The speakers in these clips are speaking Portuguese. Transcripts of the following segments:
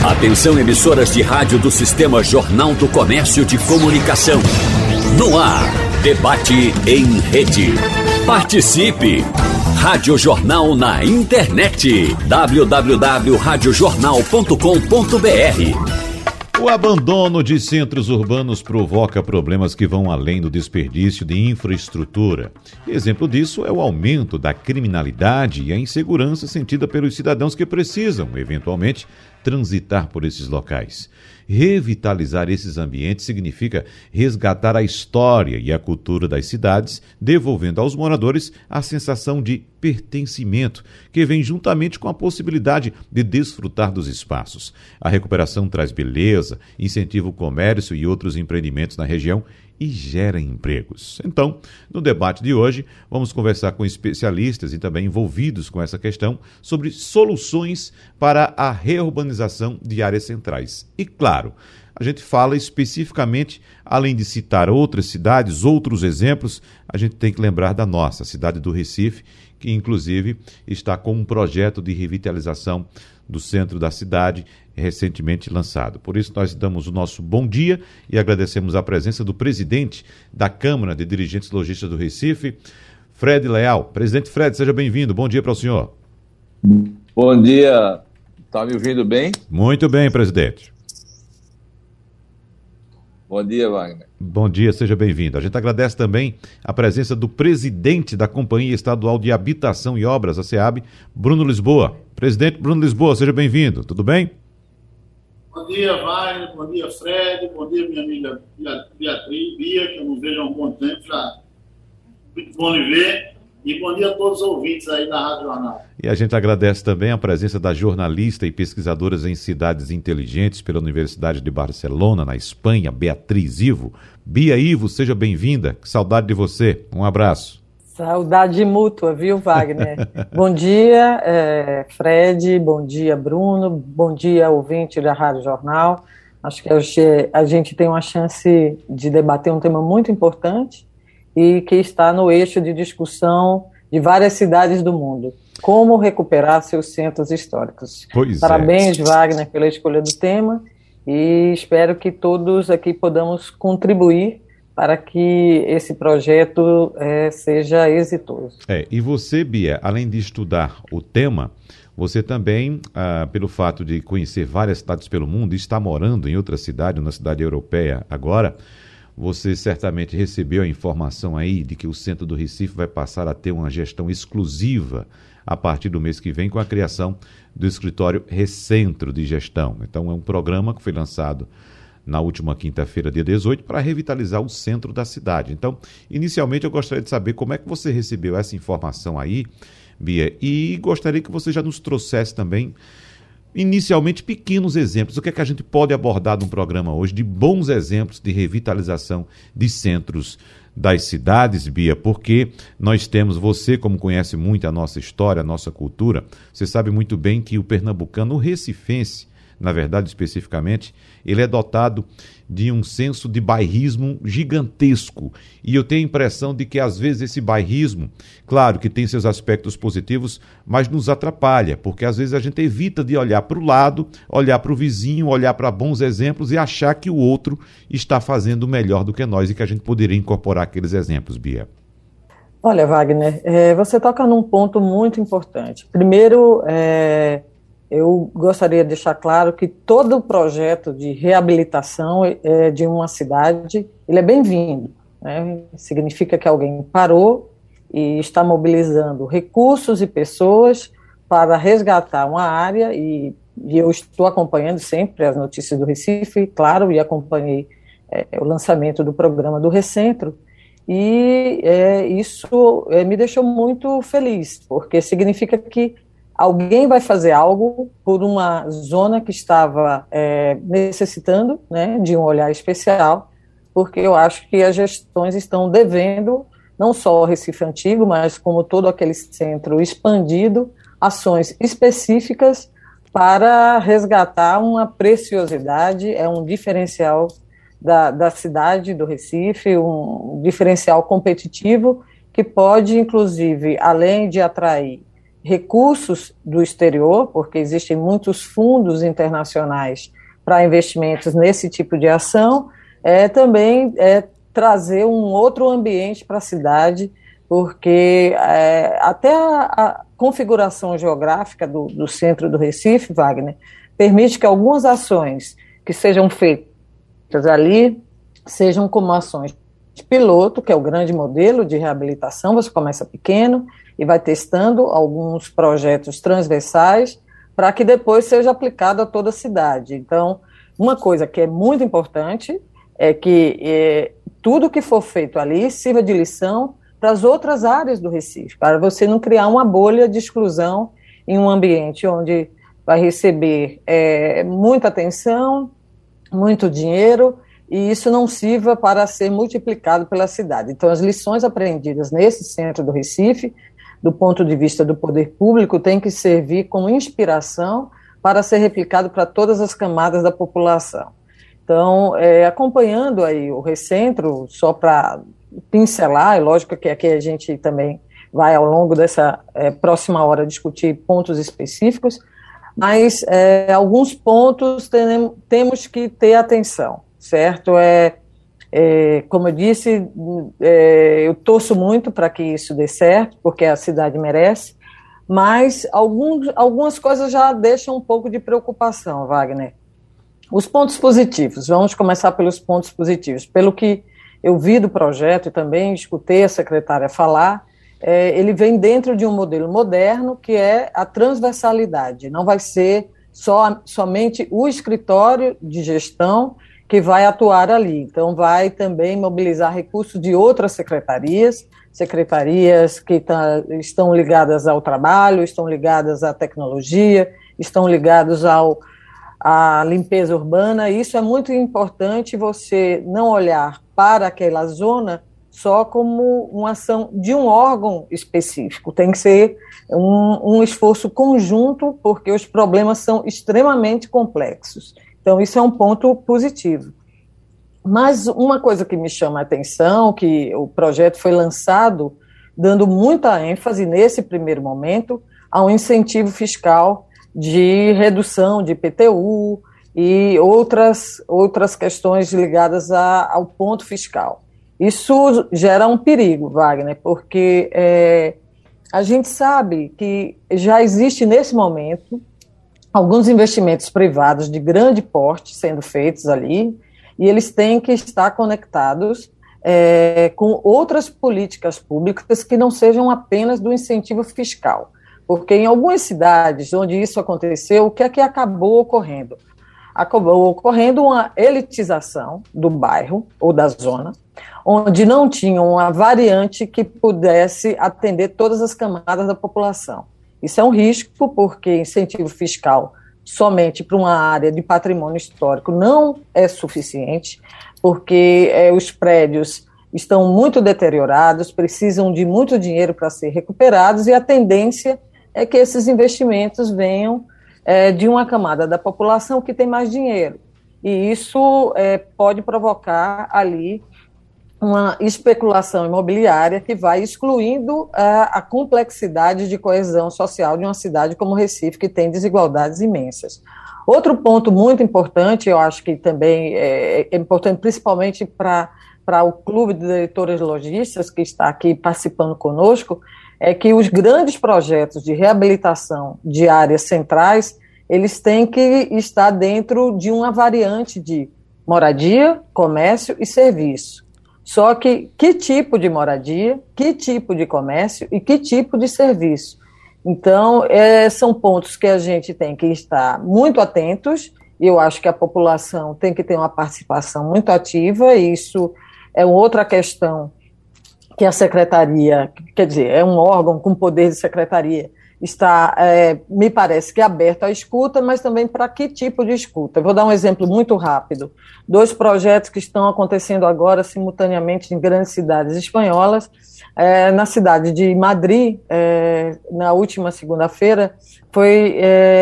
Atenção, emissoras de rádio do Sistema Jornal do Comércio de Comunicação. No ar, debate em rede. Participe! Rádio Jornal na internet. www.radiojornal.com.br. O abandono de centros urbanos provoca problemas que vão além do desperdício de infraestrutura. Exemplo disso é o aumento da criminalidade e a insegurança sentida pelos cidadãos que precisam, eventualmente, transitar por esses locais. Revitalizar esses ambientes significa resgatar a história e a cultura das cidades, devolvendo aos moradores a sensação de pertencimento, que vem juntamente com a possibilidade de desfrutar dos espaços. A recuperação traz beleza, incentiva o comércio e outros empreendimentos na região e gera empregos. Então, no debate de hoje, vamos conversar com especialistas e também envolvidos com essa questão sobre soluções para a reurbanização de áreas centrais. E, claro, a gente fala especificamente, além de citar outras cidades, outros exemplos, a gente tem que lembrar da nossa, a cidade do Recife, que inclusive está com um projeto de revitalização do centro da cidade, recentemente lançado. Por isso, nós damos o nosso bom dia e agradecemos a presença do presidente da Câmara de Dirigentes Lojistas do Recife, Fred Leal. Presidente Fred, seja bem-vindo. Bom dia para o senhor. Bom dia. Está me ouvindo bem? Muito bem, presidente. Bom dia, Wagner. Bom dia, seja bem-vindo. A gente agradece também a presença do presidente da Companhia Estadual de Habitação e Obras, a SEAB, Bruno Lisboa. Presidente Bruno Lisboa, seja bem-vindo. Tudo bem? Bom dia, Wagner. Bom dia, Fred. Bom dia, minha amiga Beatriz, Bia, que eu não vejo há um bom tempo, já muito bom lhe ver. E bom dia a todos os ouvintes aí da Rádio Jornal. E a gente agradece também a presença da jornalista e pesquisadora em cidades inteligentes pela Universidade de Barcelona, na Espanha, Beatriz Ivo. Bia Ivo, seja bem-vinda. Que saudade de você. Um abraço. Saudade mútua, viu, Wagner? Bom dia, Fred. Bom dia, Bruno. Bom dia, ouvinte da Rádio Jornal. Acho que hoje a gente tem uma chance de debater um tema muito importante e que está no eixo de discussão de várias cidades do mundo. Como recuperar seus centros históricos. Parabéns, Wagner, pela escolha do tema e espero que todos aqui podamos contribuir para que esse projeto seja exitoso. E você, Bia, além de estudar o tema, você também, pelo fato de conhecer várias cidades pelo mundo, está morando em outra cidade, uma cidade europeia agora, você certamente recebeu a informação aí de que o centro do Recife vai passar a ter uma gestão exclusiva a partir do mês que vem com a criação do escritório Recentro de Gestão. Então é um programa que foi lançado na última quinta-feira, dia 18, para revitalizar o centro da cidade. Então, inicialmente eu gostaria de saber como é que você recebeu essa informação aí, Bia, e gostaria que você já nos trouxesse também inicialmente pequenos exemplos. O que é que a gente pode abordar no programa hoje de bons exemplos de revitalização de centros das cidades, Bia? Porque nós temos, você como conhece muito a nossa história, a nossa cultura, você sabe muito bem que o pernambucano, o recifense, na verdade, especificamente, ele é dotado de um senso de bairrismo gigantesco. E eu tenho a impressão de que, às vezes, esse bairrismo, claro que tem seus aspectos positivos, mas nos atrapalha, porque, às vezes, a gente evita de olhar para o lado, olhar para o vizinho, olhar para bons exemplos e achar que o outro está fazendo melhor do que nós e que a gente poderia incorporar aqueles exemplos, Bia. Olha, Wagner, você toca num ponto muito importante. Primeiro, eu gostaria de deixar claro que todo o projeto de reabilitação de uma cidade, ele é bem-vindo, né? Significa que alguém parou e está mobilizando recursos e pessoas para resgatar uma área, e eu estou acompanhando sempre as notícias do Recife, claro, e acompanhei o lançamento do programa do Recentro, e isso me deixou muito feliz, porque significa que alguém vai fazer algo por uma zona que estava necessitando, né, de um olhar especial, porque eu acho que as gestões estão devendo, não só o Recife Antigo, mas como todo aquele centro expandido, ações específicas para resgatar uma preciosidade, um diferencial da cidade do Recife, um diferencial competitivo que pode, inclusive, além de atrair recursos do exterior, porque existem muitos fundos internacionais para investimentos nesse tipo de ação, também trazer um outro ambiente para a cidade, porque até a configuração geográfica do centro do Recife, Wagner, permite que algumas ações que sejam feitas ali sejam como ações de piloto, que é o grande modelo de reabilitação. Você começa pequeno e vai testando alguns projetos transversais para que depois seja aplicado a toda a cidade. Então, uma coisa que é muito importante é que tudo que for feito ali sirva de lição para as outras áreas do Recife, para você não criar uma bolha de exclusão em um ambiente onde vai receber muita atenção, muito dinheiro, e isso não sirva para ser multiplicado pela cidade. Então, as lições aprendidas nesse centro do Recife, do ponto de vista do poder público, têm que servir como inspiração para ser replicado para todas as camadas da população. Então, acompanhando aí o Recentro, só para pincelar, é lógico que aqui a gente também vai ao longo dessa próxima hora discutir pontos específicos, mas alguns pontos temos que ter atenção, certo? Como eu disse, eu torço muito para que isso dê certo, porque a cidade merece, mas algumas coisas já deixam um pouco de preocupação, Wagner. Os pontos positivos, vamos começar pelos pontos positivos. Pelo que eu vi do projeto e também escutei a secretária falar, ele vem dentro de um modelo moderno que é a transversalidade. Não vai ser somente o escritório de gestão que vai atuar ali. Então, vai também mobilizar recursos de outras secretarias que estão ligadas ao trabalho, estão ligadas à tecnologia, estão ligadas à limpeza urbana. Isso é muito importante, você não olhar para aquela zona só como uma ação de um órgão específico. Tem que ser um esforço conjunto, porque os problemas são extremamente complexos. Então, isso é um ponto positivo. Mas uma coisa que me chama a atenção, que o projeto foi lançado dando muita ênfase, nesse primeiro momento, ao incentivo fiscal de redução de IPTU e outras questões ligadas ao ponto fiscal. Isso gera um perigo, Wagner, porque a gente sabe que já existe nesse momento alguns investimentos privados de grande porte sendo feitos ali, e eles têm que estar conectados com outras políticas públicas que não sejam apenas do incentivo fiscal. Porque em algumas cidades onde isso aconteceu, o que é que acabou ocorrendo? Acabou ocorrendo uma elitização do bairro ou da zona, onde não tinha uma variante que pudesse atender todas as camadas da população. Isso é um risco, porque incentivo fiscal somente para uma área de patrimônio histórico não é suficiente, porque os prédios estão muito deteriorados, precisam de muito dinheiro para ser recuperados, e a tendência é que esses investimentos venham de uma camada da população que tem mais dinheiro. E isso pode provocar ali uma especulação imobiliária que vai excluindo a complexidade de coesão social de uma cidade como Recife, que tem desigualdades imensas. Outro ponto muito importante, eu acho que também é importante, principalmente para o Clube de Diretores Lojistas, que está aqui participando conosco, é que os grandes projetos de reabilitação de áreas centrais, eles têm que estar dentro de uma variante de moradia, comércio e serviço. Só que tipo de moradia, que tipo de comércio e que tipo de serviço? Então, são pontos que a gente tem que estar muito atentos, e eu acho que a população tem que ter uma participação muito ativa, e isso é outra questão que a secretaria, quer dizer, é um órgão com poder de secretaria, está, me parece que aberto à escuta, mas também para que tipo de escuta. Eu vou dar um exemplo muito rápido. 2 projetos que estão acontecendo agora simultaneamente em grandes cidades espanholas. Na cidade de Madrid, na última segunda-feira, foi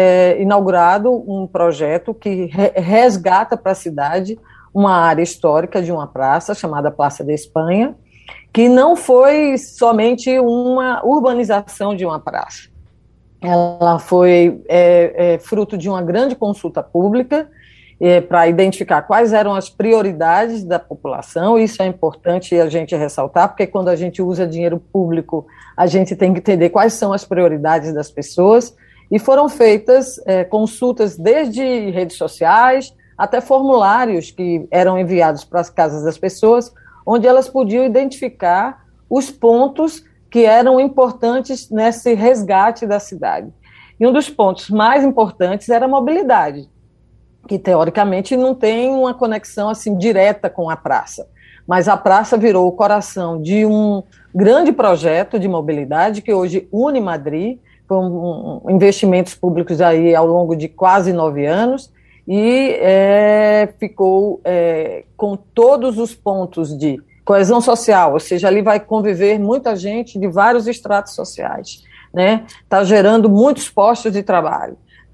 inaugurado um projeto que resgata para a cidade uma área histórica de uma praça chamada Praça da Espanha, que não foi somente uma urbanização de uma praça. ela foi fruto de uma grande consulta pública para identificar quais eram as prioridades da população. Isso é importante a gente ressaltar, porque quando a gente usa dinheiro público, a gente tem que entender quais são as prioridades das pessoas, e foram feitas consultas desde redes sociais até formulários que eram enviados para as casas das pessoas, onde elas podiam identificar os pontos que eram importantes nesse resgate da cidade. E um dos pontos mais importantes era a mobilidade, que teoricamente não tem uma conexão assim direta com a praça, mas a praça virou o coração de um grande projeto de mobilidade que hoje une Madrid, com investimentos públicos aí ao longo de quase 9 anos, e ficou com todos os pontos de coesão social, ou seja, ali vai conviver muita gente de vários estratos sociais, né? Está gerando muitos postos de trabalho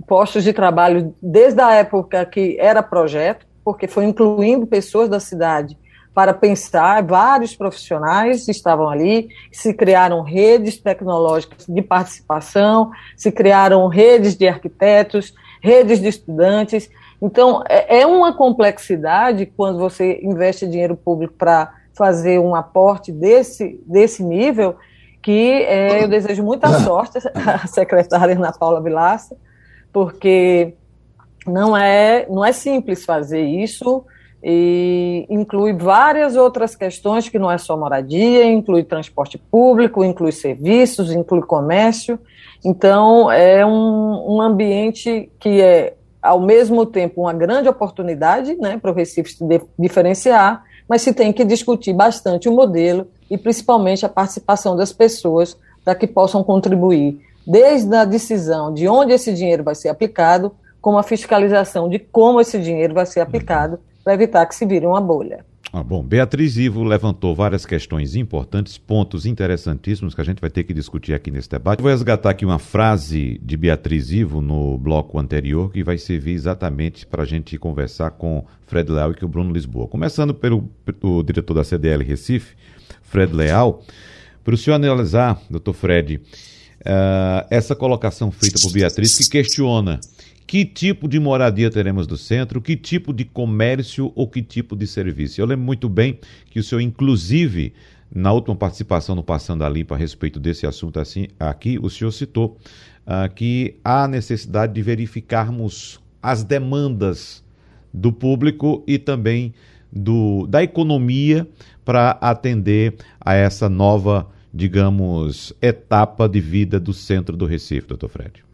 desde a época que era projeto, porque foi incluindo pessoas da cidade para pensar, vários profissionais estavam ali, se criaram redes tecnológicas de participação, se criaram redes de arquitetos, redes de estudantes. Então, é uma complexidade quando você investe dinheiro público para fazer um aporte desse nível, que eu desejo muita sorte à secretária Ana Paula Vilaça, porque não é simples fazer isso, e inclui várias outras questões que não é só moradia, inclui transporte público, inclui serviços, inclui comércio. Então, é um ambiente que é, ao mesmo tempo, uma grande oportunidade, né, para o Recife se diferenciar, mas se tem que discutir bastante o modelo e, principalmente, a participação das pessoas para que possam contribuir, desde a decisão de onde esse dinheiro vai ser aplicado, como a fiscalização de como esse dinheiro vai ser aplicado, para evitar que se vire uma bolha. Bom, Beatriz Ivo levantou várias questões importantes, pontos interessantíssimos que a gente vai ter que discutir aqui nesse debate. Vou resgatar aqui uma frase de Beatriz Ivo no bloco anterior, que vai servir exatamente para a gente conversar com Fred Leal e com o Bruno Lisboa. Começando pelo diretor da CDL Recife, Fred Leal, para o senhor analisar, doutor Fred, essa colocação feita por Beatriz, que questiona que tipo de moradia teremos do centro, que tipo de comércio ou que tipo de serviço. Eu lembro muito bem que o senhor, inclusive, na última participação no Passando a Limpo a respeito desse assunto assim, aqui, o senhor citou que há necessidade de verificarmos as demandas do público e também da economia para atender a essa nova, digamos, etapa de vida do centro do Recife, doutor Fred.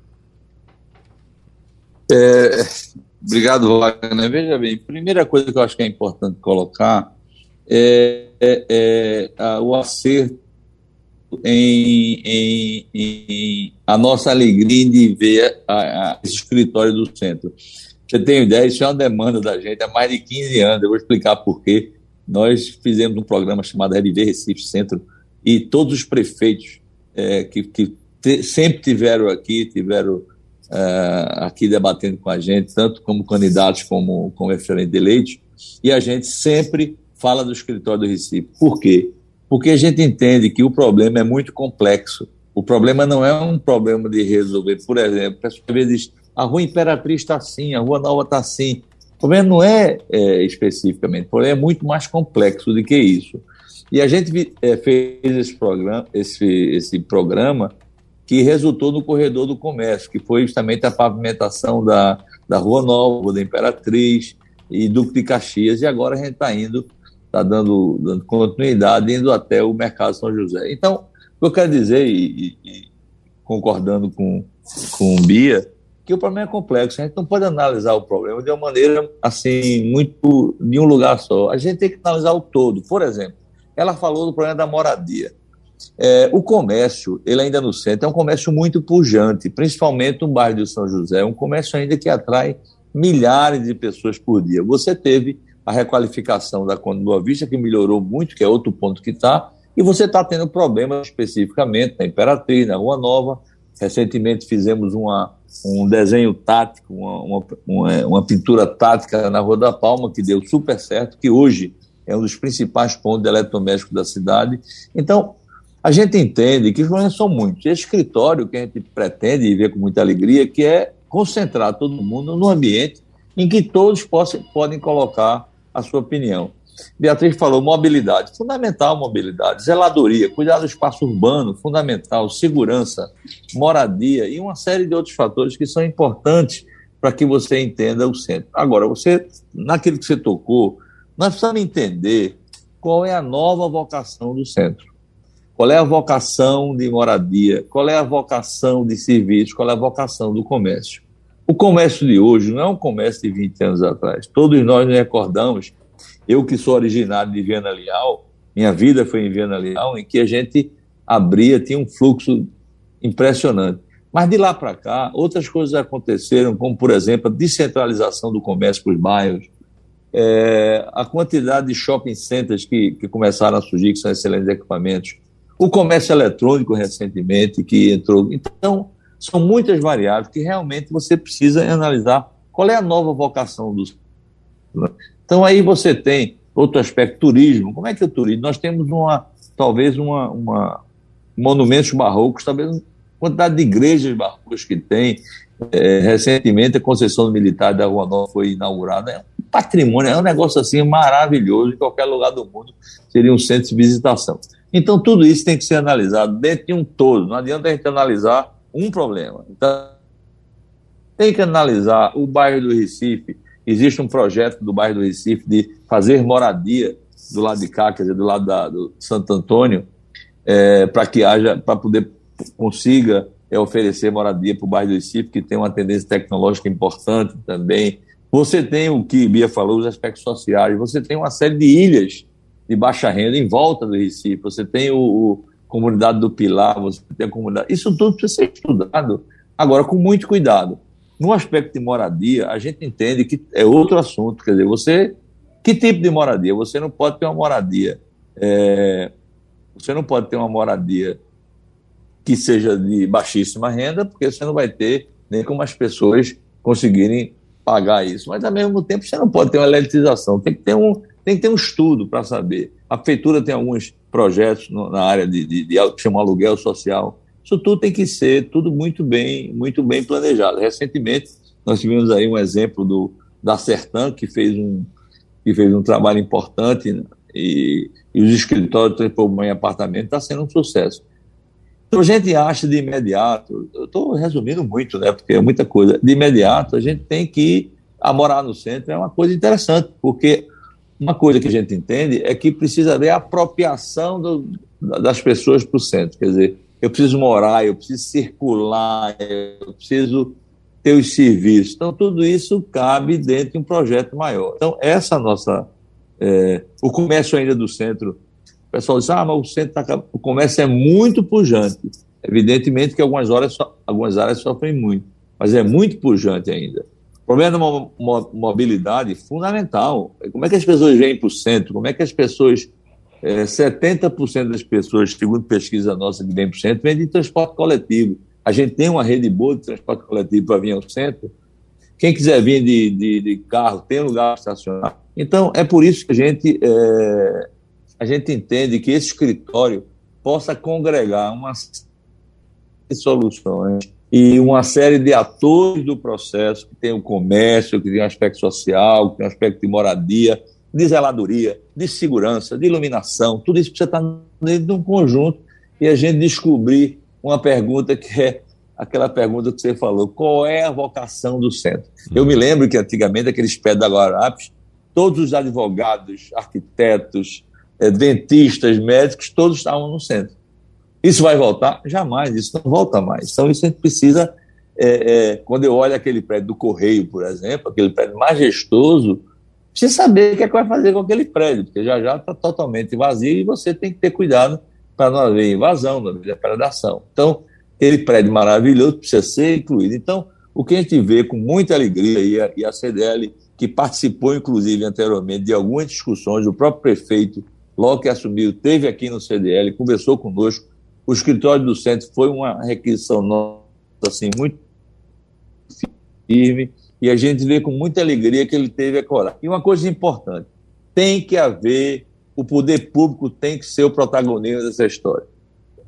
Obrigado, Wagner. Veja bem, primeira coisa que eu acho que é importante colocar o acerto em a nossa alegria de ver esse escritório do centro. Você tem ideia, isso é uma demanda da gente há mais de 15 anos, eu vou explicar por quê. Nós fizemos um programa chamado Reviver Recife Centro, e todos os prefeitos que sempre tiveram aqui debatendo com a gente, tanto como candidatos como referente eleito, e a gente sempre fala do escritório do Recife. Por quê? Porque a gente entende que o problema é muito complexo. O problema não é um problema de resolver. Por exemplo, a pessoa às vezes diz, a Rua Imperatriz está assim, a Rua Nova está assim. O problema não é especificamente, o problema é muito mais complexo do que isso. E a gente fez esse programa que resultou no Corredor do Comércio, que foi justamente a pavimentação da Rua Nova, da Imperatriz e Duque de Caxias, e agora a gente está dando continuidade, indo até o Mercado São José. Então, o que eu quero dizer, e concordando com o Bia, que o problema é complexo, a gente não pode analisar o problema de uma maneira, assim, muito de um lugar só. A gente tem que analisar o todo. Por exemplo, ela falou do problema da moradia. O comércio, ele ainda no centro, é um comércio muito pujante, principalmente no bairro de São José, é um comércio ainda que atrai milhares de pessoas por dia. Você teve a requalificação da Conde Boa Vista, que melhorou muito, que é outro ponto que está, e você está tendo problemas especificamente na Imperatriz, na Rua Nova. Recentemente fizemos um desenho tático, uma pintura tática na Rua da Palma, que deu super certo, que hoje é um dos principais pontos de eletrodoméstico da cidade. Então, A gente entende que os problemas são muitos. Esse escritório que a gente pretende e vê com muita alegria, que é concentrar todo mundo num ambiente em que todos podem colocar a sua opinião. Beatriz falou mobilidade, fundamental mobilidade, zeladoria, cuidar do espaço urbano, fundamental, segurança, moradia e uma série de outros fatores que são importantes para que você entenda o centro. Agora, naquilo que você tocou, nós precisamos entender qual é a nova vocação do centro. Qual é a vocação de moradia? Qual é a vocação de serviços? Qual é a vocação do comércio? O comércio de hoje não é um comércio de 20 anos atrás. Todos nós nos recordamos, eu que sou originário de Viana Leal, minha vida foi em Viana Leal, em que a gente tinha um fluxo impressionante. Mas de lá para cá, outras coisas aconteceram, como, por exemplo, a descentralização do comércio para os bairros, a quantidade de shopping centers que começaram a surgir, que são excelentes equipamentos, o comércio eletrônico recentemente que entrou. Então, são muitas variáveis que realmente você precisa analisar qual é a nova vocação do. Então, aí você tem outro aspecto, turismo. Como é que é o turismo? Nós temos talvez monumentos barrocos, talvez uma quantidade de igrejas barrocas que tem. Recentemente, a Conceição Militar da Rua Nova foi inaugurada. É um patrimônio, é um negócio assim maravilhoso. Em qualquer lugar do mundo seria um centro de visitação. Então, tudo isso tem que ser analisado dentro de um todo. Não adianta a gente analisar um problema. Então, tem que analisar o bairro do Recife. Existe um projeto do bairro do Recife de fazer moradia do lado de cá, quer dizer, do lado do Santo Antônio, para poder consiga oferecer moradia para o bairro do Recife, que tem uma tendência tecnológica importante também. Você tem o que Bia falou, os aspectos sociais. Você tem uma série de ilhas de baixa renda em volta do Recife. Você tem a comunidade do Pilar, você tem a comunidade. Isso tudo precisa ser estudado, agora com muito cuidado. No aspecto de moradia, a gente entende que é outro assunto. Quer dizer, que tipo de moradia? Você não pode ter uma moradia. Você não pode ter uma moradia que seja de baixíssima renda, porque você não vai ter nem como as pessoas conseguirem pagar isso. Mas, ao mesmo tempo, você não pode ter uma elitização. Tem que ter um estudo para saber. A prefeitura tem alguns projetos na área de que chama aluguel social. Isso tudo tem que ser tudo muito bem planejado. Recentemente, nós tivemos aí um exemplo da Sertan, que fez um trabalho importante e os escritórios transformou em apartamento, está sendo um sucesso. Então, a gente acha de imediato, eu estou resumindo muito, né, porque é muita coisa, de imediato a gente tem que morar no centro, é uma coisa interessante, porque uma coisa que a gente entende é que precisa haver apropriação das pessoas para o centro, quer dizer, eu preciso morar, eu preciso circular, eu preciso ter os serviços. Então, tudo isso cabe dentro de um projeto maior. Então, essa nossa... o comércio ainda do centro, o pessoal diz, mas o comércio é muito pujante. Evidentemente que algumas áreas sofrem muito, mas é muito pujante ainda. O problema da mobilidade é fundamental. Como é que as pessoas vêm para o centro? Como é que as pessoas... 70% das pessoas, segundo pesquisa nossa que vem para o centro, vêm de transporte coletivo. A gente tem uma rede boa de transporte coletivo para vir ao centro. Quem quiser vir de carro, tem lugar para estacionar. Então, é por isso que a gente entende que esse escritório possa congregar uma série de soluções e uma série de atores do processo, que tem o comércio, que tem o aspecto social, que tem o aspecto de moradia, de zeladoria, de segurança, de iluminação, tudo isso precisa estar dentro de um conjunto e a gente descobrir uma pergunta que é aquela pergunta que você falou, qual é a vocação do centro? Eu me lembro que antigamente aqueles pés da Guararapes, todos os advogados, arquitetos, dentistas, médicos, todos estavam no centro. Isso vai voltar? Jamais, isso não volta mais. Então isso a gente precisa, quando eu olho aquele prédio do Correio, por exemplo, aquele prédio majestoso, precisa saber o que é que vai fazer com aquele prédio, porque já está totalmente vazio e você tem que ter cuidado para não haver invasão, não haver depredação. Então, aquele prédio maravilhoso precisa ser incluído. Então, o que a gente vê com muita alegria, e a CDL, que participou, inclusive, anteriormente, de algumas discussões, o próprio prefeito, logo que assumiu, esteve aqui no CDL, conversou conosco, o escritório do centro foi uma requisição nossa, assim, muito firme, e a gente vê com muita alegria que ele teve a coragem. E uma coisa importante, tem que haver, o poder público tem que ser o protagonista dessa história.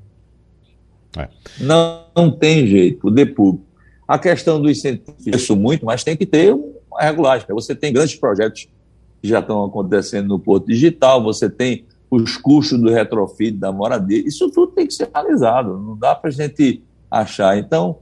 Não tem jeito, poder público. A questão do incentivo, isso muito, mas tem que ter uma regulagem. Você tem grandes projetos que já estão acontecendo no Porto Digital, você tem os custos do retrofit, da moradia, isso tudo tem que ser analisado, não dá para a gente achar. Então,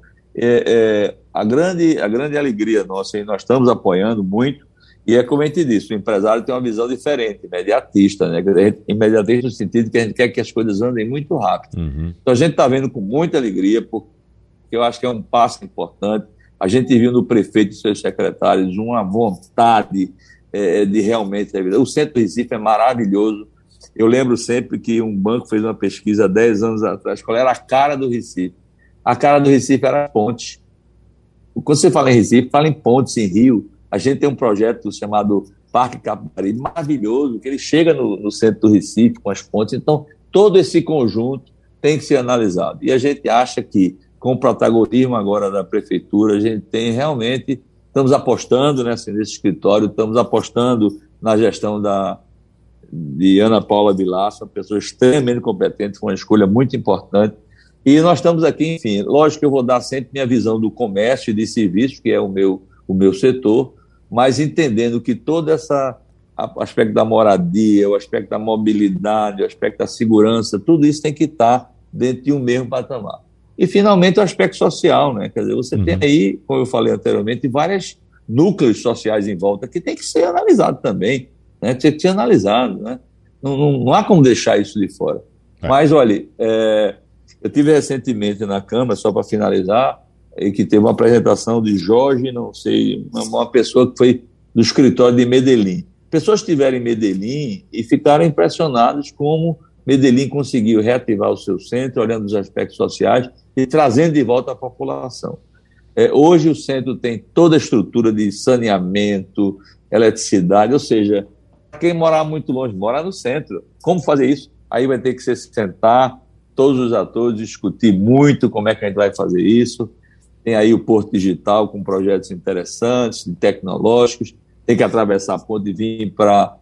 a grande alegria nossa, e nós estamos apoiando muito, e é como a gente disse, o empresário tem uma visão diferente, imediatista, né? Imediatista no sentido que a gente quer que as coisas andem muito rápido. Uhum. Então, a gente está vendo com muita alegria, porque eu acho que é um passo importante. A gente viu no prefeito e seus secretários uma vontade de realmente... O Centro do Recife é maravilhoso. Eu lembro sempre que um banco fez uma pesquisa há 10 anos atrás, qual era a cara do Recife. A cara do Recife era a ponte. Quando você fala em Recife, fala em pontes, em rio. A gente tem um projeto chamado Parque Capibaribe, maravilhoso, que ele chega no centro do Recife com as pontes. Então, todo esse conjunto tem que ser analisado. E a gente acha que, com o protagonismo agora da prefeitura, a gente tem realmente... Estamos apostando nesse escritório, estamos apostando na gestão de Ana Paula Vilaça, uma pessoa extremamente competente, foi uma escolha muito importante. E nós estamos aqui, enfim, lógico que eu vou dar sempre minha visão do comércio e de serviços, que é o meu setor, mas entendendo que todo o aspecto da moradia, o aspecto da mobilidade, o aspecto da segurança, tudo isso tem que estar dentro de um mesmo patamar. E, finalmente, o aspecto social, né? Quer dizer, você tem aí, como eu falei anteriormente, vários núcleos sociais em volta que tem que ser analisado também, né? Tem que ser analisado, né? Não há como deixar isso de fora. Mas, olha, eu tive recentemente na Câmara, só para finalizar, que teve uma apresentação de Jorge, não sei, uma pessoa que foi do escritório de Medellín. Pessoas estiveram em Medellín e ficaram impressionadas como Medellín conseguiu reativar o seu centro, olhando os aspectos sociais e trazendo de volta a população. Hoje o centro tem toda a estrutura de saneamento, eletricidade, ou seja, quem morar muito longe, mora no centro. Como fazer isso? Aí vai ter que se sentar, todos os atores, discutir muito como é que a gente vai fazer isso. Tem aí o Porto Digital com projetos interessantes, tecnológicos, tem que atravessar a ponte e vir para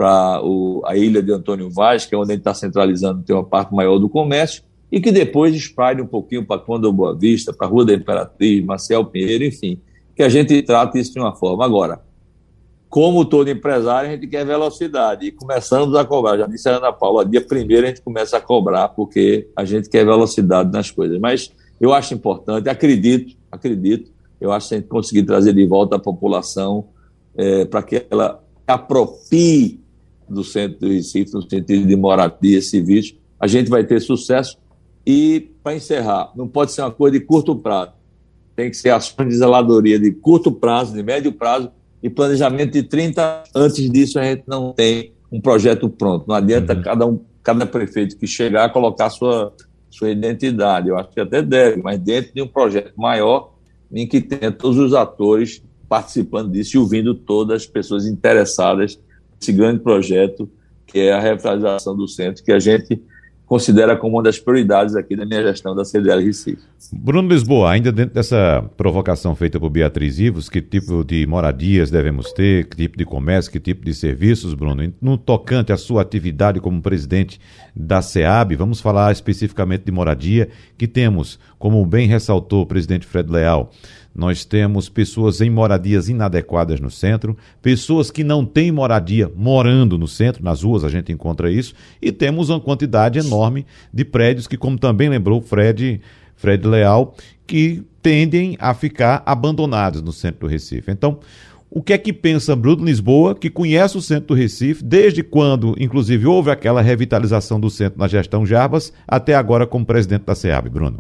a ilha de Antônio Vaz, que é onde a gente está centralizando, tem uma parte maior do comércio, e que depois espalhe um pouquinho para Conde Boa Vista, para a Rua da Imperatriz, Marcial Pinheiro, enfim, que a gente trata isso de uma forma. Agora, como todo empresário, a gente quer velocidade, e começamos a cobrar, já disse a Ana Paula, dia 1º a gente começa a cobrar, porque a gente quer velocidade nas coisas, mas eu acho importante, acredito, eu acho que a gente conseguir trazer de volta a população para que ela aproprie do centro do Recife, no sentido de moradia, serviços, a gente vai ter sucesso. E, para encerrar, não pode ser uma coisa de curto prazo, tem que ser ações de zeladoria de curto prazo, de médio prazo e planejamento de 30. Antes disso, a gente não tem um projeto pronto. Não adianta cada prefeito que chegar colocar sua identidade. Eu acho que até deve, mas dentro de um projeto maior em que tenha todos os atores participando disso e ouvindo todas as pessoas interessadas nesse grande projeto que é a revitalização do centro, que a gente considera como uma das prioridades aqui da minha gestão da CDL Recife. Bruno Lisboa, ainda dentro dessa provocação feita por Beatriz Ivos, que tipo de moradias devemos ter, que tipo de comércio, que tipo de serviços, Bruno? No tocante à sua atividade como presidente da SEAB, vamos falar especificamente de moradia, que temos, como bem ressaltou o presidente Fred Leal, nós temos pessoas em moradias inadequadas no centro, pessoas que não têm moradia morando no centro, nas ruas a gente encontra isso, e temos uma quantidade enorme de prédios que, como também lembrou Fred Leal, que tendem a ficar abandonados no centro do Recife. Então, o que é que pensa Bruno Lisboa, que conhece o centro do Recife, desde quando, inclusive, houve aquela revitalização do centro na gestão Jarbas, até agora como presidente da SEAB, Bruno?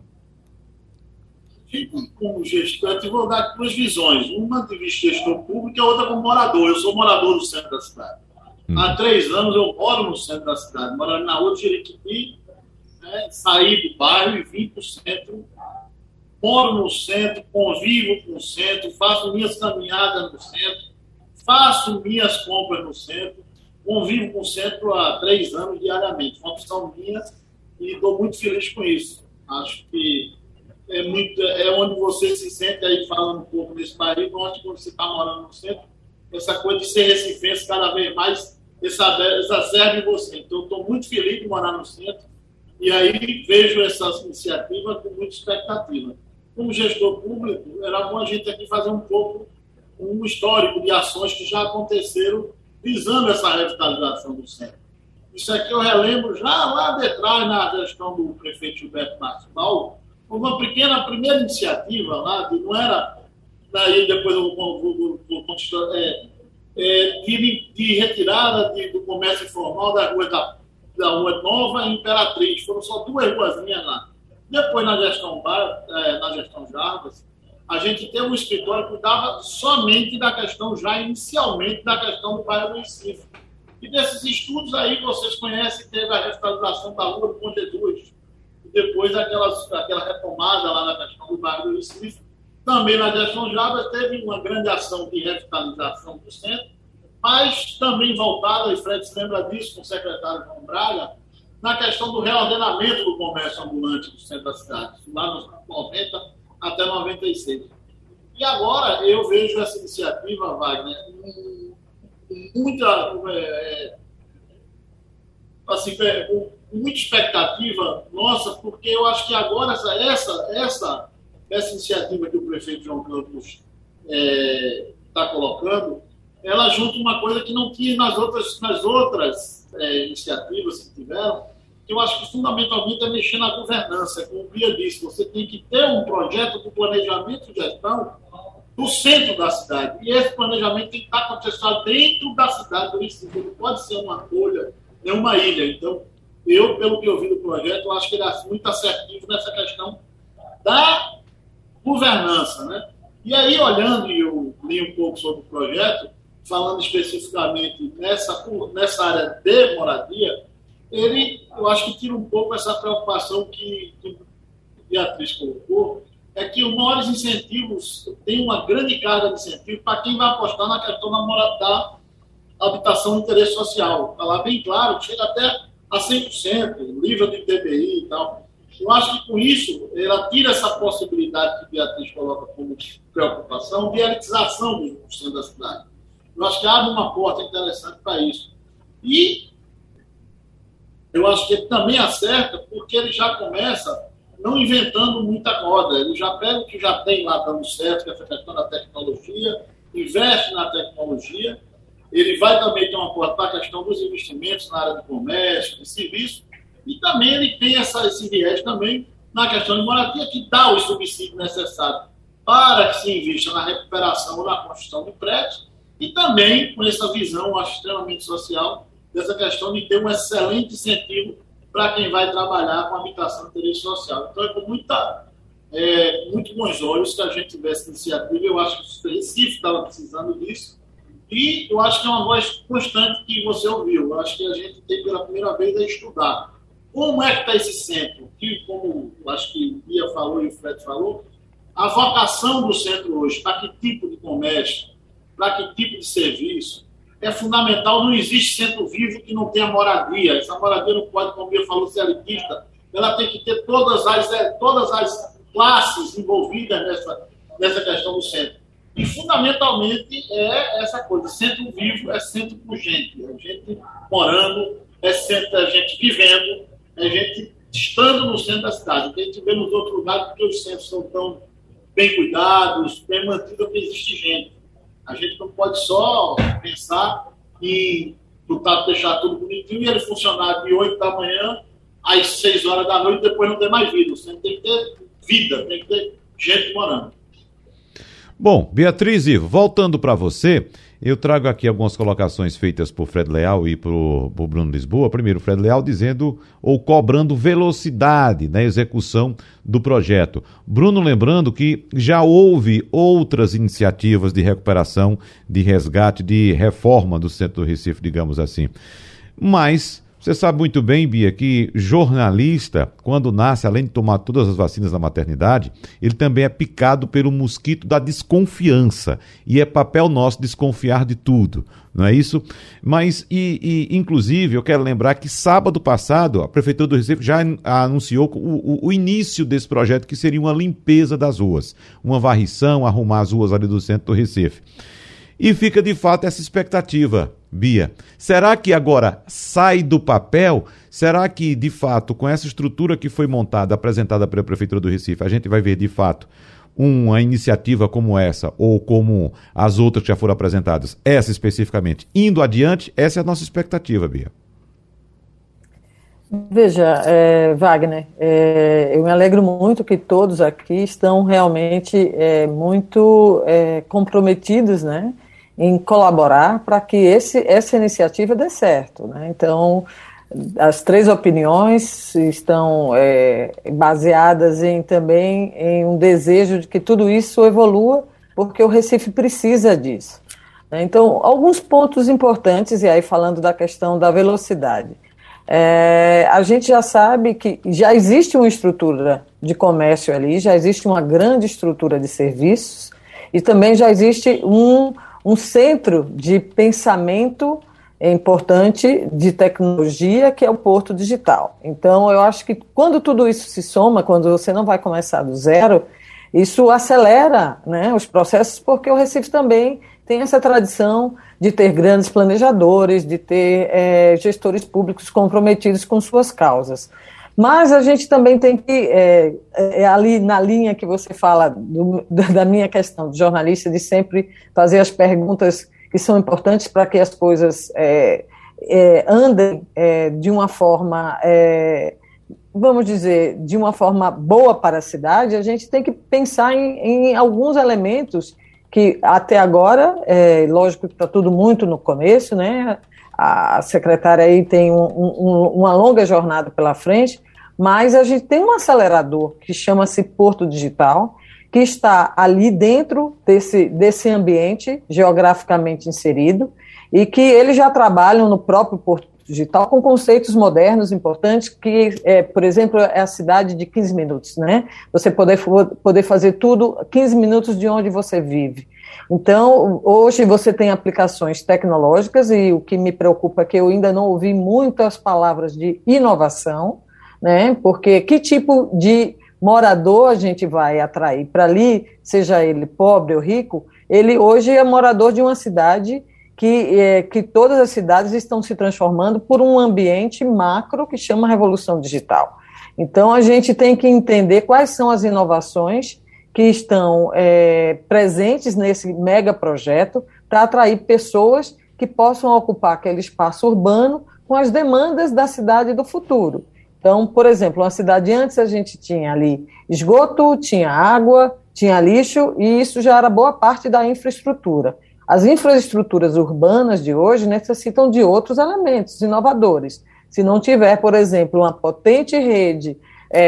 Como gestante, vou dar duas visões. Uma de gestor público e a outra como morador. Eu sou morador do centro da cidade. Há 3 anos eu moro no centro da cidade, moro na rua de Jeriquiti, saí do bairro e vim para o centro. Moro no centro, convivo com o centro, faço minhas caminhadas no centro, faço minhas compras no centro, convivo com o centro há 3 anos diariamente. Uma opção minha e estou muito feliz com isso. Acho que é onde você se sente aí falando um pouco nesse país, onde você está morando no centro, essa coisa de ser recifense cada vez mais exacerba em você. Então, eu estou muito feliz de morar no centro, E aí vejo essa iniciativa com muita expectativa. Como gestor público, era bom a gente aqui fazer um pouco um histórico de ações que já aconteceram visando essa revitalização do centro. Isso aqui eu relembro já lá de trás, na gestão do prefeito Gilberto Marques Paulo, uma primeira iniciativa lá, não era, daí depois eu vou de retirada do comércio informal da Rua Nova e Imperatriz. Foram só 2 ruazinhas lá. Depois, na gestão Jarbas, a gente teve um escritório que cuidava somente da questão, já inicialmente, da questão do bairro do Recife. E desses estudos aí, vocês conhecem, teve a revitalização da Rua do Bom Jesus. E depois aquela retomada lá na questão do bairro do Recife. Também na gestão Jarbas teve uma grande ação de revitalização do centro, mas também voltada, e Fred se lembra disso, com o secretário João Braga, na questão do reordenamento do comércio ambulante do centro da cidade, lá nos 90 até 96. E agora eu vejo essa iniciativa, Wagner, muita expectativa nossa, porque eu acho que agora essa iniciativa que o prefeito João Campos está colocando, ela junta uma coisa que não tinha nas outras iniciativas que tiveram, que eu acho que fundamentalmente é mexer na governança. Como o Bia disse, você tem que ter um projeto de planejamento e gestão do centro da cidade. E esse planejamento tem que estar contextualizado dentro da cidade do Recife. Não pode ser uma bolha, nem uma ilha. Então, pelo que eu vi do projeto, eu acho que ele é muito assertivo nessa questão da governança, né? E aí, olhando, e eu li um pouco sobre o projeto, falando especificamente nessa área de moradia, eu acho que tira um pouco essa preocupação que Beatriz colocou, é que os maiores incentivos, tem uma grande carga de incentivo para quem vai apostar na questão da habitação de interesse social. Está lá bem claro, chega até a 100%, livre de ITBI e tal. Eu acho que com isso, ela tira essa possibilidade que Beatriz coloca como preocupação de elitização do centro da cidade. Eu acho que abre uma porta interessante para isso. E eu acho que ele também acerta porque ele já começa não inventando muita roda. Ele já pega o que já tem lá dando certo, que é essa questão da tecnologia, investe na tecnologia. Ele vai também ter uma porta para a questão dos investimentos na área de comércio, de serviço. E também ele tem esse viés também na questão de moradia, que dá o subsídio necessário para que se invista na recuperação ou na construção de prédios. E também com essa visão, acho, extremamente social, dessa questão de ter um excelente incentivo para quem vai trabalhar com habitação de interesse social. Então, é com muito bons olhos que a gente vê essa iniciativa. Eu acho que o Recife estava precisando disso. E eu acho que é uma voz constante que você ouviu. Eu acho que a gente tem pela primeira vez a estudar como é que está esse centro, que, como eu acho que o Bia falou e o Fred falou, a vocação do centro hoje, para que tipo de comércio, para que tipo de serviço, é fundamental. Não existe centro vivo que não tenha moradia. Essa moradia não pode, como o Bia falou, ser elitista. Ela tem que ter todas as classes envolvidas nessa questão do centro. E, fundamentalmente, é essa coisa. Centro vivo é centro com gente. É gente morando, é centro da gente vivendo, é gente estando no centro da cidade. A gente vê nos outros lugares porque os centros são tão bem cuidados, bem mantidos, que existe gente. A gente não pode só pensar em deixar tudo bonitinho e ele funcionar de 8 da manhã às 6 horas da noite e depois não ter mais vida. O centro tem que ter vida, tem que ter gente morando. Bom, Beatriz Ivo, voltando para você, eu trago aqui algumas colocações feitas por Fred Leal e por Bruno Lisboa. Primeiro, Fred Leal dizendo ou cobrando velocidade na execução do projeto. Bruno lembrando que já houve outras iniciativas de recuperação, de resgate, de reforma do centro do Recife, digamos assim. Mas você sabe muito bem, Bia, que jornalista, quando nasce, além de tomar todas as vacinas da maternidade, ele também é picado pelo mosquito da desconfiança. E é papel nosso desconfiar de tudo, não é isso? Mas, inclusive, eu quero lembrar que sábado passado, a Prefeitura do Recife já anunciou o início desse projeto, que seria uma limpeza das ruas, uma varrição, arrumar as ruas ali do centro do Recife. E fica, de fato, essa expectativa. Bia, será que agora sai do papel? Será que, de fato, com essa estrutura que foi montada, apresentada pela Prefeitura do Recife, a gente vai ver, de fato, uma iniciativa como essa, ou como as outras que já foram apresentadas, essa especificamente, indo adiante? Essa é a nossa expectativa, Bia. Veja, Wagner, eu me alegro muito que todos aqui estão realmente muito comprometidos, né, em colaborar para que essa iniciativa dê certo, né? Então, as três opiniões estão baseadas também em um desejo de que tudo isso evolua, porque o Recife precisa disso, né? Então, alguns pontos importantes, e aí falando da questão da velocidade. A gente já sabe que já existe uma estrutura de comércio ali, já existe uma grande estrutura de serviços e também já existe um centro de pensamento importante de tecnologia, que é o Porto Digital. Então, eu acho que quando tudo isso se soma, quando você não vai começar do zero, isso acelera, né, os processos, porque o Recife também tem essa tradição de ter grandes planejadores, de ter gestores públicos comprometidos com suas causas. Mas a gente também tem que, ali na linha que você fala da minha questão de jornalista, de sempre fazer as perguntas que são importantes para que as coisas andem de uma forma, vamos dizer, de uma forma boa para a cidade, a gente tem que pensar em alguns elementos que até agora, lógico que está tudo muito no começo, né? A secretária aí tem uma longa jornada pela frente, mas a gente tem um acelerador que chama-se Porto Digital, que está ali dentro desse ambiente geograficamente inserido e que eles já trabalham no próprio Porto Digital com conceitos modernos importantes que, por exemplo, é a cidade de 15 minutos, né? Você poder fazer tudo 15 minutos de onde você vive. Então, hoje você tem aplicações tecnológicas e o que me preocupa é que eu ainda não ouvi muitas palavras de inovação, né? Porque que tipo de morador a gente vai atrair para ali, seja ele pobre ou rico? Ele hoje é morador de uma cidade que todas as cidades estão se transformando por um ambiente macro que chama Revolução Digital. Então, a gente tem que entender quais são as inovações que estão presentes nesse mega projeto para atrair pessoas que possam ocupar aquele espaço urbano com as demandas da cidade do futuro. Então, por exemplo, uma cidade antes a gente tinha ali esgoto, tinha água, tinha lixo, e isso já era boa parte da infraestrutura. As infraestruturas urbanas de hoje necessitam de outros elementos inovadores. Se não tiver, por exemplo, uma potente rede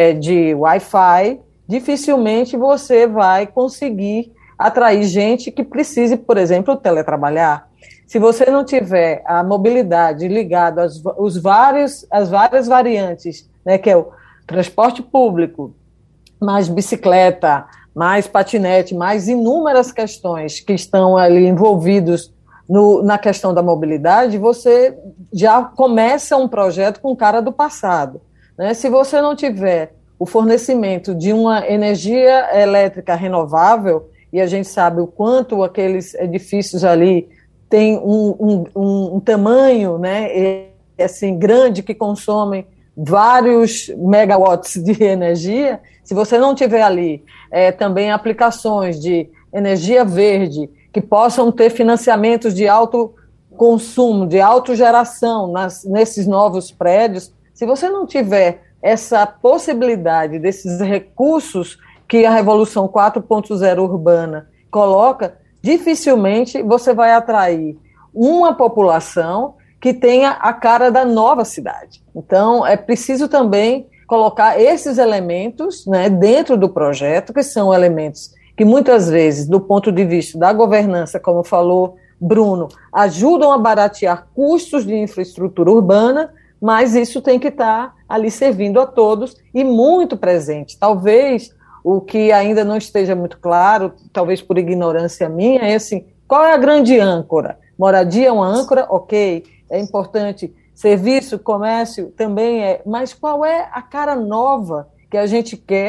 de Wi-Fi, dificilmente você vai conseguir atrair gente que precise, por exemplo, teletrabalhar. Se você não tiver a mobilidade ligada às várias variantes, né, que é o transporte público, mais bicicleta, mais patinete, mais inúmeras questões que estão ali envolvidos na questão da mobilidade, você já começa um projeto com cara do passado, né? Se você não tiver o fornecimento de uma energia elétrica renovável, e a gente sabe o quanto aqueles edifícios ali têm um tamanho, né, assim, grande, que consomem vários megawatts de energia, se você não tiver ali também aplicações de energia verde, que possam ter financiamentos de alto consumo, de autogeração nesses novos prédios, se você não tiver essa possibilidade desses recursos que a Revolução 4.0 urbana coloca, dificilmente você vai atrair uma população que tenha a cara da nova cidade. Então, é preciso também colocar esses elementos, né, dentro do projeto, que são elementos que muitas vezes, do ponto de vista da governança, como falou Bruno, ajudam a baratear custos de infraestrutura urbana, mas isso tem que estar ali servindo a todos e muito presente. Talvez o que ainda não esteja muito claro, talvez por ignorância minha, é assim, qual é a grande âncora? Moradia é uma âncora? Ok, é importante. Serviço, comércio também é, mas qual é a cara nova que a gente quer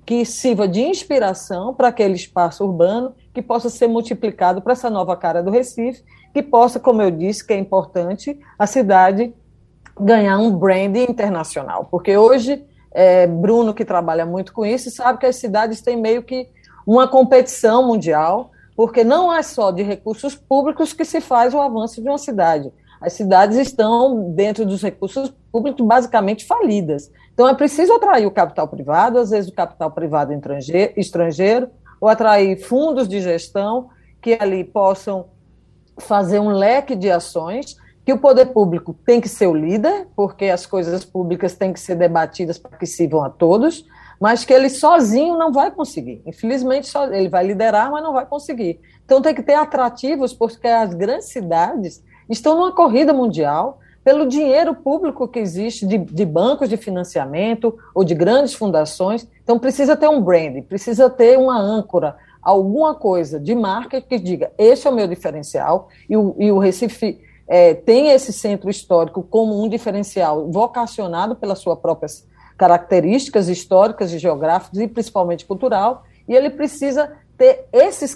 que sirva de inspiração para aquele espaço urbano, que possa ser multiplicado para essa nova cara do Recife, que possa, como eu disse, que é importante, a cidade ganhar um brand internacional. Porque hoje, Bruno, que trabalha muito com isso, sabe que as cidades têm meio que uma competição mundial, porque não é só de recursos públicos que se faz o avanço de uma cidade. As cidades estão, dentro dos recursos públicos, basicamente falidas. Então, é preciso atrair o capital privado, às vezes o capital privado estrangeiro, ou atrair fundos de gestão que ali possam fazer um leque de ações, que o poder público tem que ser o líder, porque as coisas públicas têm que ser debatidas para que sirvam a todos, mas que ele sozinho não vai conseguir. Infelizmente, ele vai liderar, mas não vai conseguir. Então, tem que ter atrativos, porque as grandes cidades estão numa corrida mundial pelo dinheiro público que existe de bancos de financiamento ou de grandes fundações. Então, precisa ter um brand, precisa ter uma âncora, alguma coisa de marca que diga, esse é o meu diferencial, e o Recife tem esse centro histórico como um diferencial vocacionado pelas suas próprias características históricas e geográficas, e principalmente cultural, e ele precisa ter esse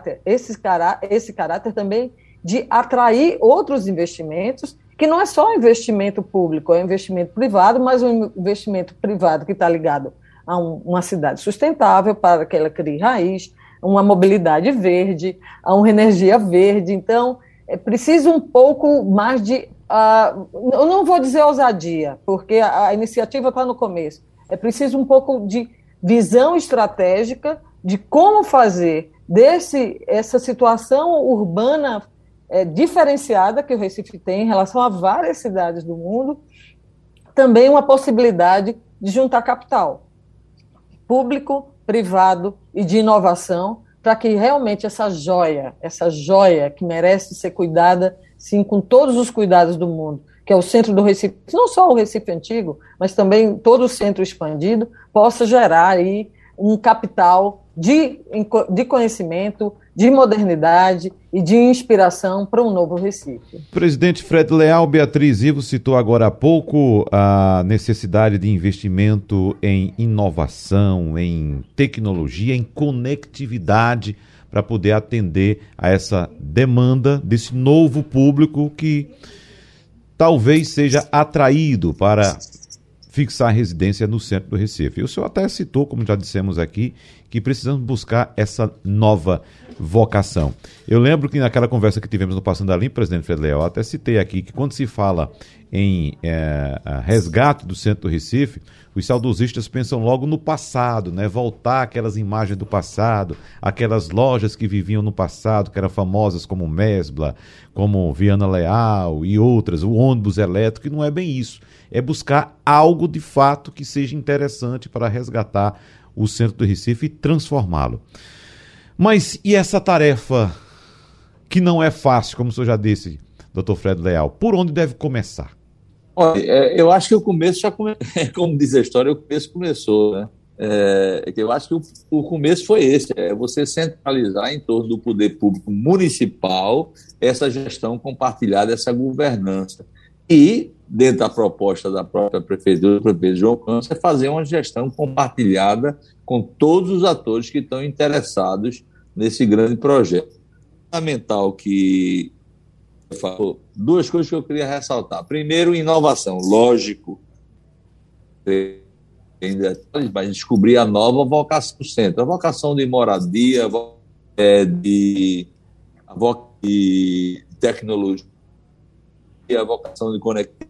caráter também de atrair outros investimentos, que não é só investimento público, é investimento privado, mas um investimento privado que está ligado a uma cidade sustentável, para que ela crie raiz, uma mobilidade verde, a uma energia verde. Então, é preciso um pouco mais de... eu não vou dizer ousadia, porque a iniciativa está no começo. É preciso um pouco de visão estratégica de como fazer essa situação urbana diferenciada que o Recife tem em relação a várias cidades do mundo, também uma possibilidade de juntar capital público, privado e de inovação, para que realmente essa joia que merece ser cuidada, sim, com todos os cuidados do mundo, que é o centro do Recife, não só o Recife antigo, mas também todo o centro expandido, possa gerar aí um capital de conhecimento, de modernidade e de inspiração para um novo Recife. Presidente Fred Leal, Beatriz Ivo citou agora há pouco a necessidade de investimento em inovação, em tecnologia, em conectividade, para poder atender a essa demanda desse novo público que talvez seja atraído para fixar residência no centro do Recife. O senhor até citou, como já dissemos aqui, que precisamos buscar essa nova vocação. Eu lembro que naquela conversa que tivemos no Passando a Limpo, presidente Fred Leal, até citei aqui que quando se fala em resgate do centro do Recife, os saudosistas pensam logo no passado, né? Voltar aquelas imagens do passado, aquelas lojas que viviam no passado, que eram famosas como Mesbla, como Viana Leal e outras, o ônibus elétrico, e não é bem isso. É buscar algo de fato que seja interessante para resgatar o centro do Recife e transformá-lo. Mas e essa tarefa que não é fácil, como o senhor já disse, doutor Fred Leal, por onde deve começar? Olha, eu acho que o começo já começou, como diz a história, o começo começou, né? Eu acho que o começo foi esse, você centralizar em torno do poder público municipal essa gestão compartilhada, essa governança. E, dentro da proposta da própria prefeitura, do prefeito João Campos, é fazer uma gestão compartilhada com todos os atores que estão interessados nesse grande projeto. Fundamental que eu falo, duas coisas que eu queria ressaltar. Primeiro, inovação, lógico, mas descobrir a nova vocação do centro, a vocação de moradia, de tecnologia, a vocação de conectividade.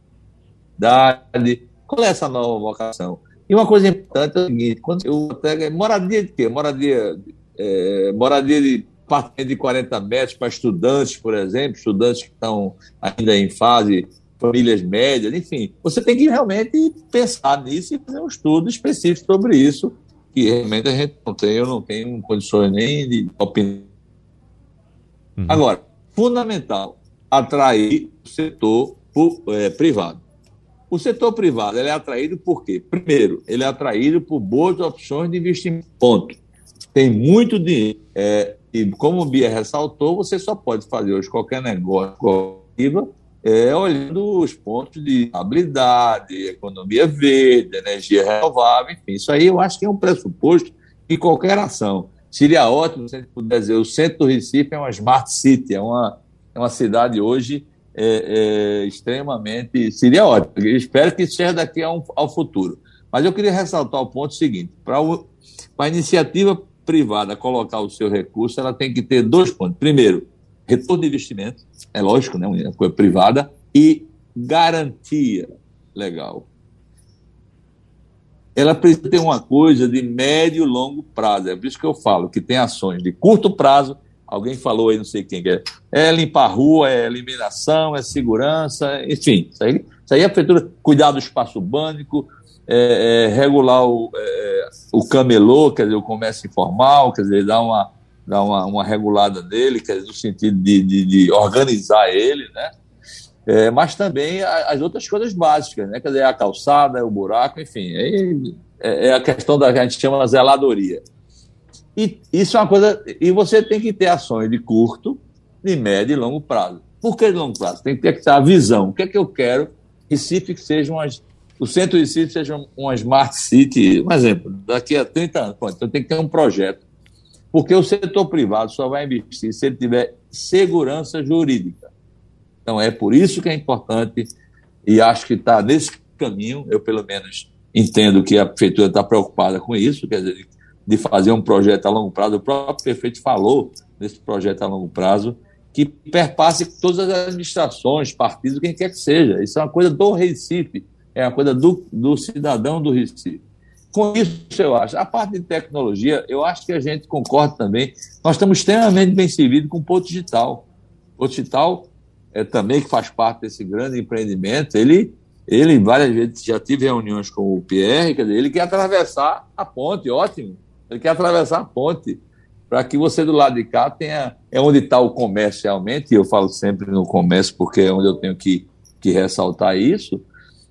Qual é essa nova vocação? E uma coisa importante é o seguinte, quando eu pego moradia de quê? Moradia de apartamento de 40 metros para estudantes, por exemplo, estudantes que estão ainda em fase, famílias médias, enfim. Você tem que realmente pensar nisso e fazer um estudo específico sobre isso, que realmente a gente não tem, eu não tenho condições nem de opinar. Agora, fundamental, atrair o setor privado. O setor privado ele é atraído por quê? Primeiro, ele é atraído por boas opções de investimento. Ponto. Tem muito dinheiro. E como o Bia ressaltou, você só pode fazer hoje qualquer negócio olhando os pontos de habilidade, economia verde, energia renovável, enfim, isso aí eu acho que é um pressuposto em qualquer ação. Seria ótimo se a gente pudesse dizer, o centro do Recife é uma smart city, é uma cidade hoje extremamente, seria ótimo, eu espero que isso seja daqui ao futuro. Mas eu queria ressaltar o ponto seguinte, para a iniciativa privada colocar o seu recurso, ela tem que ter 2 pontos. Primeiro, retorno de investimento, é lógico, né, uma coisa privada, e garantia legal. Ela precisa ter uma coisa de médio e longo prazo, é por isso que eu falo, que tem ações de curto prazo, alguém falou aí, não sei quem que é limpar a rua, é eliminação, é segurança, enfim, isso aí é a prefeitura, cuidar do espaço urbânico, regular o camelô, quer dizer, o comércio informal, quer dizer, dar uma regulada nele, quer dizer, no sentido de organizar ele, né? Mas também as outras coisas básicas, né? Quer dizer, a calçada, o buraco, enfim, é a questão da que a gente chama de zeladoria. E isso é uma coisa, e você tem que ter ações de curto, de médio e longo prazo. Por que de longo prazo? Tem que ter a visão. O que é que eu quero? Recife que seja o centro de Recife seja uma smart city, um exemplo, daqui a 30 anos. Pronto, então tem que ter um projeto. Porque o setor privado só vai investir se ele tiver segurança jurídica. Então, é por isso que é importante, e acho que está nesse caminho, eu pelo menos entendo que a prefeitura está preocupada com isso, quer dizer, de fazer um projeto a longo prazo. O próprio prefeito falou nesse projeto a longo prazo, que perpasse todas as administrações, partidos, quem quer que seja. Isso é uma coisa do Recife, é uma coisa do cidadão do Recife. Com isso, eu acho. A parte de tecnologia, eu acho que a gente concorda também. Nós estamos extremamente bem servidos com o Porto Digital. O Porto Digital também, que faz parte desse grande empreendimento, ele várias vezes, já tive reuniões com o Pierre, quer dizer, ele quer atravessar a ponte, ótimo. Ele quer atravessar a ponte para que você do lado de cá tenha... É onde está o comércio realmente, e eu falo sempre no comércio porque é onde eu tenho que ressaltar isso.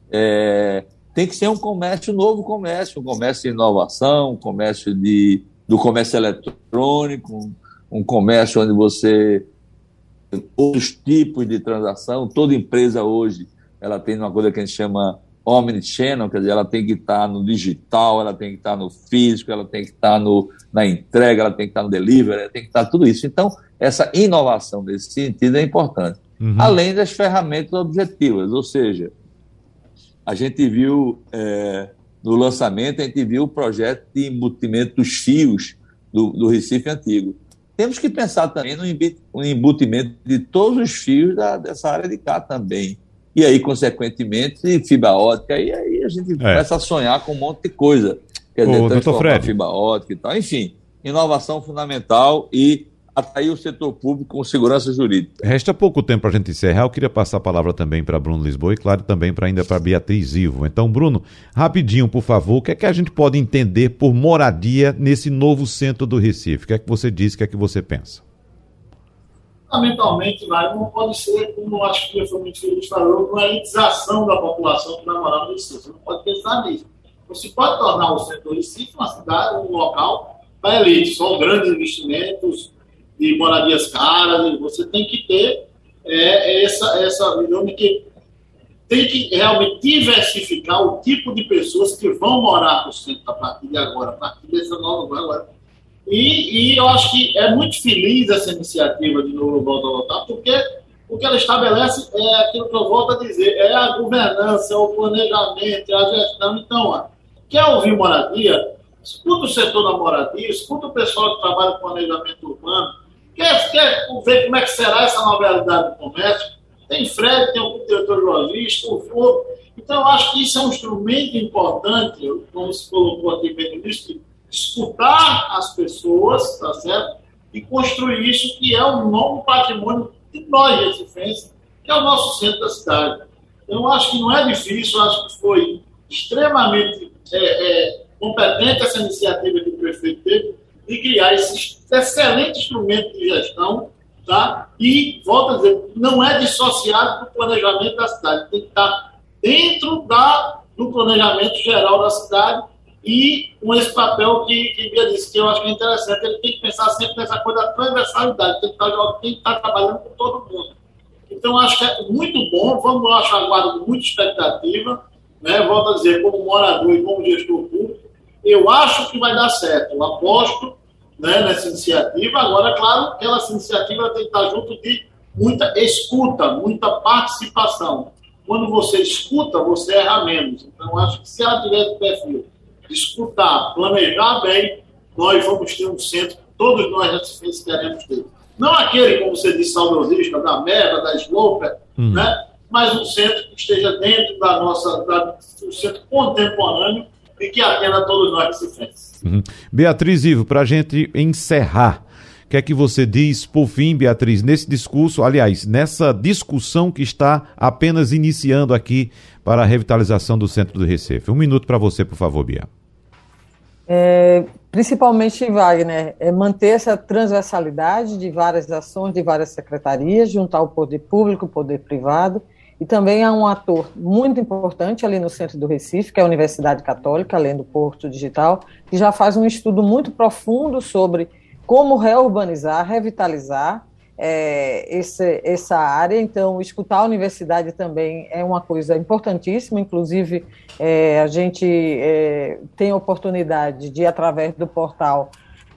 Tem que ser um comércio, um novo comércio, um comércio de inovação, um comércio do comércio eletrônico, um comércio onde você... Outros tipos de transação, toda empresa hoje, ela tem uma coisa que a gente chama omnichannel, quer dizer, ela tem que estar no digital, ela tem que estar no físico, ela tem que estar na entrega, ela tem que estar no delivery, ela tem que estar tudo isso. Então, essa inovação nesse sentido é importante. Além das ferramentas objetivas, ou seja, a gente viu, no lançamento, a gente viu o projeto de embutimento dos fios do Recife Antigo. Temos que pensar também no embutimento de todos os fios dessa área de cá também. E aí, consequentemente, fibra ótica, e aí a gente começa a sonhar com um monte de coisa. Quer dizer, transformar fibra ótica e tal. Enfim, inovação fundamental e atrair o setor público com segurança jurídica. Resta pouco tempo para a gente encerrar. Eu queria passar a palavra também para Bruno Lisboa e, claro, também ainda para Beatriz Ivo. Então, Bruno, rapidinho, por favor, o que é que a gente pode entender por moradia nesse novo centro do Recife? O que é que você diz, o que é que você pensa? Fundamentalmente, não pode ser, como acho que foi muito feliz falou, uma elitização da população que vai morar no Recife. Você não pode pensar nisso. Você pode tornar o centro do Recife uma cidade, um local para elite, só grandes investimentos de moradias caras, e você tem que ter essa visão de que tem que realmente diversificar o tipo de pessoas que vão morar no centro a partir de agora, a partir dessa nova agora. E eu acho que é muito feliz essa iniciativa de Novo Volta a Lotar, porque o que ela estabelece é aquilo que eu volto a dizer, é a governança, é o planejamento, é a gestão. Então, quer ouvir moradia? Escuta o setor da moradia, escuta o pessoal que trabalha com planejamento urbano, quer ver como é que será essa nova realidade do comércio? Tem Fred, tem o diretor de logística, o Fogo. Então, eu acho que isso é um instrumento importante, como se colocou aqui bem no início, escutar as pessoas, tá certo? E construir isso que é um novo patrimônio de nós, recifenses, que é o nosso centro da cidade. Então, eu acho que não é difícil, eu acho que foi extremamente competente essa iniciativa que o prefeito teve de criar esse excelente instrumento de gestão, tá? E, volto a dizer, não é dissociado do planejamento da cidade, tem que estar dentro do planejamento geral da cidade e com esse papel que Bia disse, que eu acho que é interessante, ele tem que pensar sempre nessa coisa da transversalidade, tem que estar trabalhando com todo mundo. Então, acho que é muito bom, vamos lá, aguardo com muita expectativa, né? Volto a dizer, como morador e como gestor público, eu acho que vai dar certo, eu aposto, né, nessa iniciativa. Agora, claro, que essa iniciativa tem que estar junto de muita escuta, muita participação. Quando você escuta, você erra menos. Então, acho que se ela tiver o perfil de escutar, planejar bem, nós vamos ter um centro que todos nós queremos ter. Não aquele, como você disse, saudosista, da Mera, da Sloper, né? Mas um centro que esteja dentro do centro contemporâneo e que atenda a todos nós que se fez. Beatriz Ivo, para a gente encerrar, o que é que você diz, por fim, Beatriz, nesse discurso, aliás, nessa discussão que está apenas iniciando aqui para a revitalização do centro do Recife? 1 minuto para você, por favor, Bia. Principalmente, Wagner, manter essa transversalidade de várias ações, de várias secretarias, juntar o poder público, o poder privado, e também há um ator muito importante ali no centro do Recife, que é a Universidade Católica, além do Porto Digital, que já faz um estudo muito profundo sobre como reurbanizar, revitalizar essa área. Então, escutar a universidade também é uma coisa importantíssima. Inclusive, a gente tem a oportunidade de, através do portal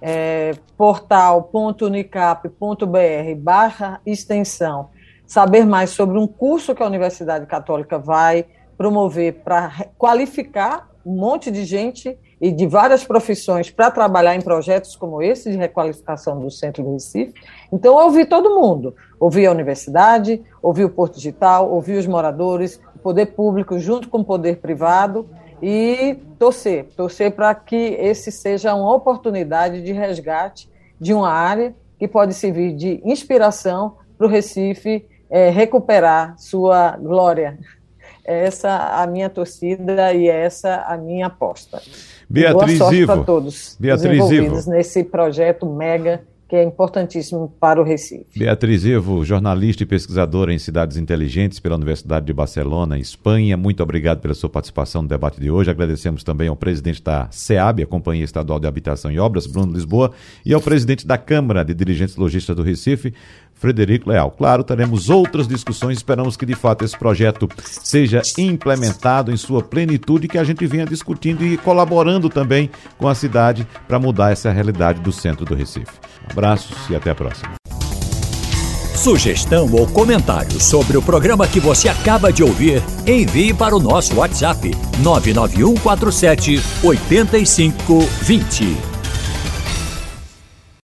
portal.unicap.br/extensão, saber mais sobre um curso que a Universidade Católica vai promover para qualificar um monte de gente e de várias profissões para trabalhar em projetos como esse de requalificação do centro do Recife. Então, eu ouvi todo mundo, ouvi a universidade, ouvi o Porto Digital, ouvi os moradores, o poder público junto com o poder privado e torcer para que esse seja uma oportunidade de resgate de uma área que pode servir de inspiração para o Recife recuperar sua glória. Essa a minha torcida e essa a minha aposta. Beatriz Boa sorte Ivo. para todos envolvidos nesse projeto mega que é importantíssimo para o Recife. Beatriz Ivo, jornalista e pesquisadora em cidades inteligentes pela Universidade de Barcelona, Espanha. Muito obrigado pela sua participação no debate de hoje. Agradecemos também ao presidente da SEAB, a Companhia Estadual de Habitação e Obras, Bruno Lisboa, e ao presidente da Câmara de Dirigentes Lojistas do Recife, Frederico Leal. Claro, teremos outras discussões, esperamos que de fato esse projeto seja implementado em sua plenitude e que a gente venha discutindo e colaborando também com a cidade para mudar essa realidade do centro do Recife. Abraços e até a próxima. Sugestão ou comentário sobre o programa que você acaba de ouvir, envie para o nosso WhatsApp 99147 8520.